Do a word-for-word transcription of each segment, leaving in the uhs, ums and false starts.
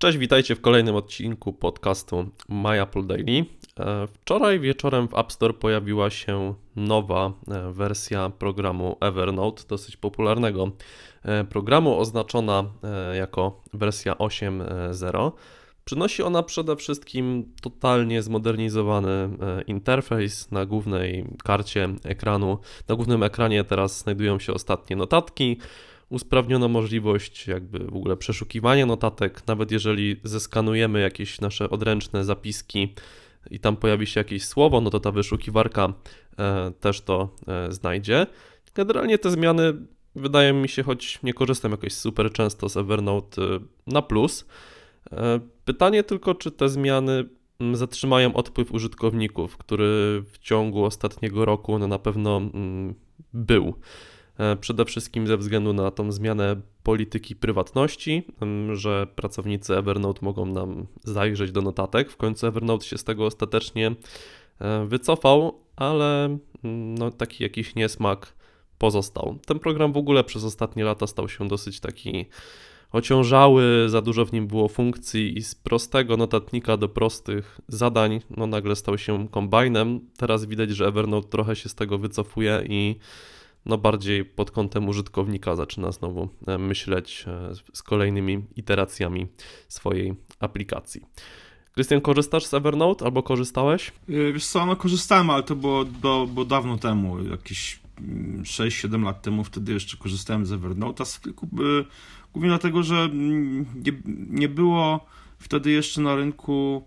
Cześć, witajcie w kolejnym odcinku podcastu My Apple Daily. Wczoraj wieczorem w App Store pojawiła się nowa wersja programu Evernote, dosyć popularnego programu, oznaczona jako wersja osiem zero. Przynosi ona przede wszystkim totalnie zmodernizowany interfejs. Na głównej karcie ekranu, na głównym ekranie teraz znajdują się ostatnie notatki. Usprawniono możliwość jakby w ogóle przeszukiwania notatek, nawet jeżeli zeskanujemy jakieś nasze odręczne zapiski i tam pojawi się jakieś słowo, no to ta wyszukiwarka e, też to e, znajdzie. Generalnie te zmiany wydaje mi się, choć nie korzystam jakoś super często z Evernote, e, na plus. E, pytanie tylko, czy te zmiany zatrzymają odpływ użytkowników, który w ciągu ostatniego roku no, na pewno mm, był. Przede wszystkim ze względu na tą zmianę polityki prywatności, że pracownicy Evernote mogą nam zajrzeć do notatek. W końcu Evernote się z tego ostatecznie wycofał, ale no, taki jakiś niesmak pozostał. Ten program w ogóle przez ostatnie lata stał się dosyć taki ociążały, za dużo w nim było funkcji i z prostego notatnika do prostych zadań no, nagle stał się kombajnem. Teraz widać, że Evernote trochę się z tego wycofuje i no bardziej pod kątem użytkownika zaczyna znowu myśleć z kolejnymi iteracjami swojej aplikacji. Krystian, korzystasz z Evernote albo korzystałeś? Wiesz co, no korzystałem, ale to było, było, było dawno temu, jakieś sześć siedem lat temu, wtedy jeszcze korzystałem z Evernote'a, tylko głównie dlatego, że nie, nie było wtedy jeszcze na rynku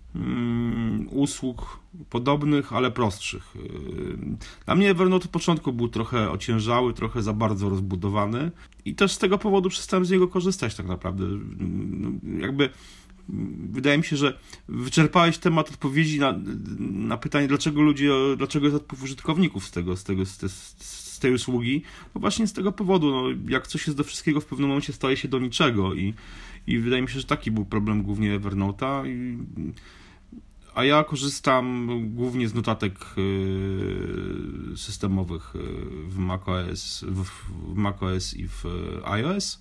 usług podobnych, ale prostszych. Dla mnie Evernote od początku był trochę ociężały, trochę za bardzo rozbudowany i też z tego powodu przestałem z niego korzystać tak naprawdę. Jakby wydaje mi się, że wyczerpałeś temat odpowiedzi na, na pytanie, dlaczego ludzie, dlaczego jest odpływ użytkowników z tego, z tego, z, te, z tej usługi. No właśnie z tego powodu, no, jak coś jest do wszystkiego, w pewnym momencie staje się do niczego i, i wydaje mi się, że taki był problem głównie Evernote'a. I, A ja korzystam głównie z notatek systemowych w macOS, w macOS i w iOS,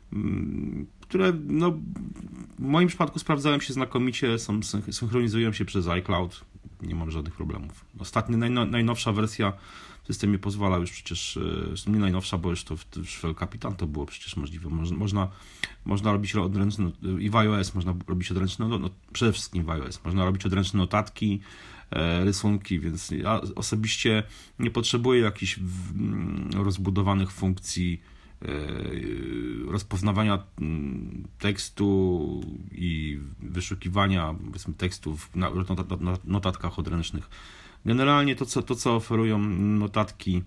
które no, w moim przypadku sprawdzają się znakomicie, są, synchronizują się przez iCloud, nie mam żadnych problemów. Ostatnia, najno, najnowsza wersja w systemie pozwala już przecież, nie najnowsza, bo już to w, w El Capitan to było przecież możliwe. Można, można, można robić odręczne, i w iOS można robić odręczne, no, no, przede wszystkim w iOS, można robić odręczne notatki, e, rysunki, więc ja osobiście nie potrzebuję jakichś w, rozbudowanych funkcji e, rozpoznawania tekstu i wyszukiwania, powiedzmy, tekstów na notatkach odręcznych. Generalnie to, co, to, co oferują notatki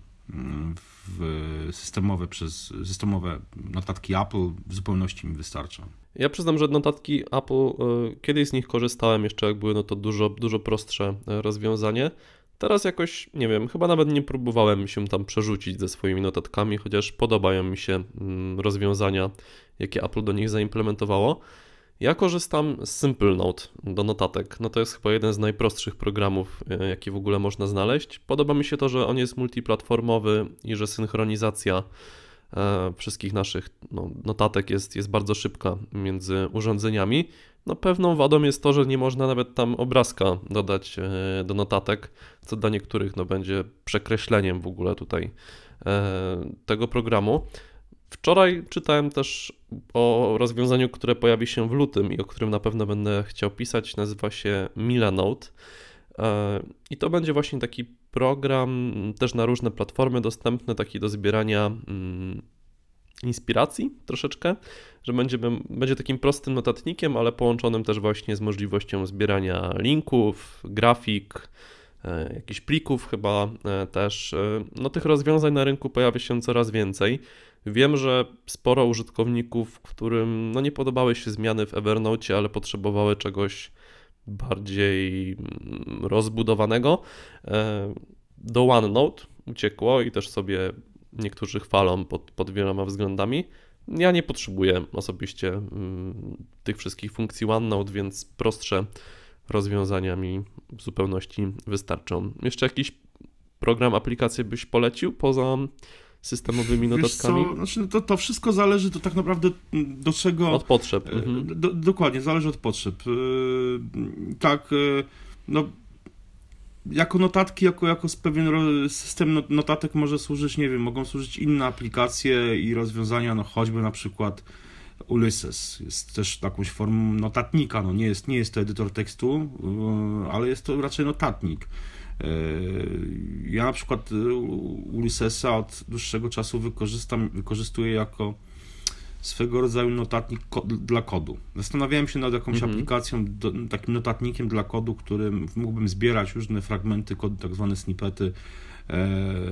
w systemowe przez systemowe notatki Apple, w zupełności mi wystarcza. Ja przyznam, że notatki Apple, kiedyś z nich korzystałem jeszcze, jak były, no to dużo, dużo prostsze rozwiązanie. Teraz jakoś, nie wiem, chyba nawet nie próbowałem się tam przerzucić ze swoimi notatkami, chociaż podobają mi się rozwiązania, jakie Apple do nich zaimplementowało. Ja korzystam z Simple Note do notatek. No to jest chyba jeden z najprostszych programów, jaki w ogóle można znaleźć. Podoba mi się to, że on jest multiplatformowy i że synchronizacja e, wszystkich naszych no, notatek jest, jest bardzo szybka między urządzeniami. No pewną wadą jest to, że nie można nawet tam obrazka dodać e, do notatek, co dla niektórych no, będzie przekreśleniem w ogóle tutaj e, tego programu. Wczoraj czytałem też o rozwiązaniu, które pojawi się w lutym i o którym na pewno będę chciał pisać. Nazywa się Milanote i to będzie właśnie taki program też na różne platformy dostępny, taki do zbierania inspiracji troszeczkę, że będzie, będzie takim prostym notatnikiem, ale połączonym też właśnie z możliwością zbierania linków, grafik, jakichś plików chyba też. No tych rozwiązań na rynku pojawia się coraz więcej. Wiem, że sporo użytkowników, którym no nie podobały się zmiany w Evernote, ale potrzebowały czegoś bardziej rozbudowanego, do OneNote uciekło i też sobie niektórzy chwalą pod, pod wieloma względami. Ja nie potrzebuję osobiście tych wszystkich funkcji OneNote, więc prostsze rozwiązania mi w zupełności wystarczą. Jeszcze jakiś program, aplikację byś polecił poza systemowymi Wiesz notatkami? co, znaczy, to, to wszystko zależy to tak naprawdę do czego... Od potrzeb. Mhm. Do, dokładnie, zależy od potrzeb. Tak, no jako notatki, jako, jako pewien system notatek może służyć, nie wiem, mogą służyć inne aplikacje i rozwiązania, no choćby na przykład Ulysses jest też jakąś formą notatnika, no nie jest, nie jest to edytor tekstu, ale jest to raczej notatnik. Ja na przykład Ulyssesa od dłuższego czasu wykorzystam, wykorzystuję jako swego rodzaju notatnik dla kodu. Zastanawiałem się nad jakąś mhm. aplikacją, do, takim notatnikiem dla kodu, którym mógłbym zbierać różne fragmenty kodu, tak zwane snippety, e,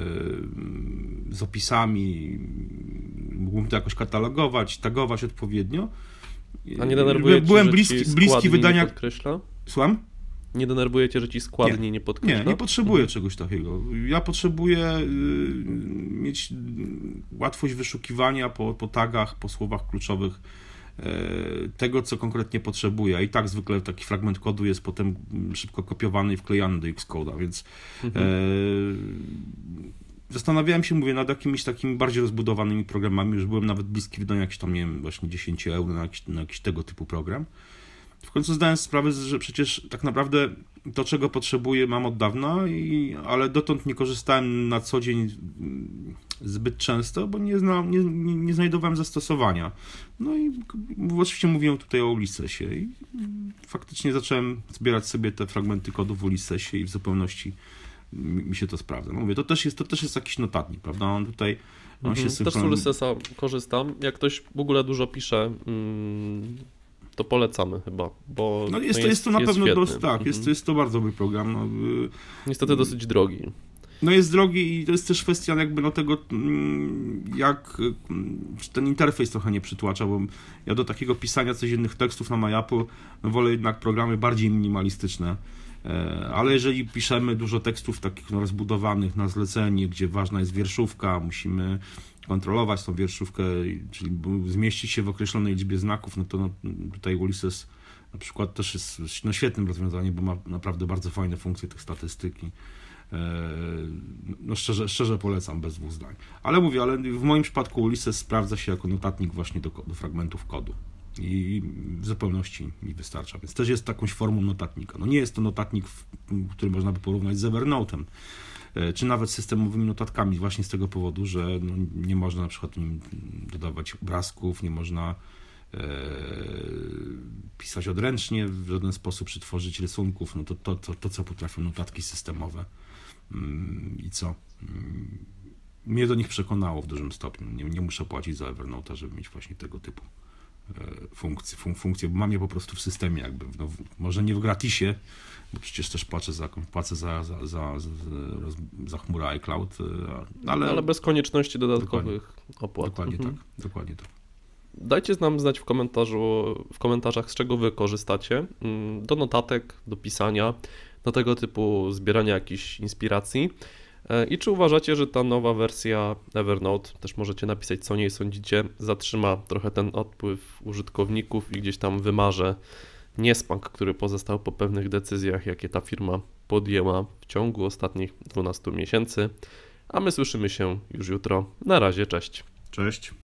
z opisami, mógłbym to jakoś katalogować, tagować odpowiednio. A nie denerwuje cię, Byłem że bliski, ci bliski wydania... nie podkreśla? Słucham? Nie denerwuje cię, że ci składni nie, nie podkreśla? Nie, nie potrzebuję mhm. czegoś takiego. Ja potrzebuję y, mieć łatwość wyszukiwania po, po tagach, po słowach kluczowych y, tego, co konkretnie potrzebuję. I tak zwykle taki fragment kodu jest potem szybko kopiowany i wklejany do Xcode'a, więc mhm. y, zastanawiałem się, mówię, nad jakimiś takimi bardziej rozbudowanymi programami. Już byłem nawet bliski wydania jakiś tam, nie wiem, właśnie dziesięć euro na jakiś, na jakiś tego typu program. W końcu zdałem sprawę, że przecież tak naprawdę to, czego potrzebuję, mam od dawna, i, ale dotąd nie korzystałem na co dzień zbyt często, bo nie, zna, nie, nie, nie znajdowałem zastosowania. No i oczywiście mówiłem tutaj o Ulyssesie i faktycznie zacząłem zbierać sobie te fragmenty kodu w Ulyssesie i w zupełności mi, mi się to sprawdza. No mówię, to też jest, to też jest jakiś notatnik, prawda? On tutaj on mhm, się też z Ulyssesa korzystam. Jak ktoś w ogóle dużo pisze... Mm... to polecamy chyba, bo no jest, no to, jest to na jest pewno dość, tak, mhm. jest, to, jest to bardzo dobry program. No, niestety dosyć drogi. No jest drogi i to jest też kwestia jakby no tego, jak ten interfejs trochę nie przytłacza, bo ja do takiego pisania codziennych tekstów na MyApple no wolę jednak programy bardziej minimalistyczne. Ale jeżeli piszemy dużo tekstów takich no, rozbudowanych na zlecenie, gdzie ważna jest wierszówka, musimy kontrolować tą wierszówkę, czyli zmieścić się w określonej liczbie znaków, no to no, tutaj Ulysses na przykład też jest no, świetnym rozwiązaniem, bo ma naprawdę bardzo fajne funkcje tych statystyki. No szczerze, szczerze polecam, bez dwóch zdań. Ale mówię, ale w moim przypadku Ulysses sprawdza się jako notatnik właśnie do, do fragmentów kodu. I w zupełności mi wystarcza, więc też jest jakąś formą notatnika. No nie jest to notatnik, który można by porównać z Evernote'em, czy nawet systemowymi notatkami, właśnie z tego powodu, że no nie można na przykład nim dodawać obrazków, nie można e, pisać odręcznie w żaden sposób, czy tworzyć rysunków, no to, to, to, to co potrafią notatki systemowe i co mnie do nich przekonało w dużym stopniu. Nie, nie muszę płacić za Evernote'a, żeby mieć właśnie tego typu funkcje, fun, funkcje, bo mam je po prostu w systemie jakby, no, może nie w gratisie, bo przecież też płacę za, płacę za, za, za, za, za chmurę iCloud, ale... ale bez konieczności dodatkowych dokładnie, opłat. Dokładnie mhm. tak, dokładnie tak. Dajcie nam znać w komentarzu, w komentarzach, z czego wy korzystacie do notatek, do pisania, do tego typu zbierania jakichś inspiracji. I czy uważacie, że ta nowa wersja Evernote, też możecie napisać, co o niej sądzicie, zatrzyma trochę ten odpływ użytkowników i gdzieś tam wymarze niesmak, który pozostał po pewnych decyzjach, jakie ta firma podjęła w ciągu ostatnich dwunastu miesięcy. A my słyszymy się już jutro. Na razie, cześć. Cześć.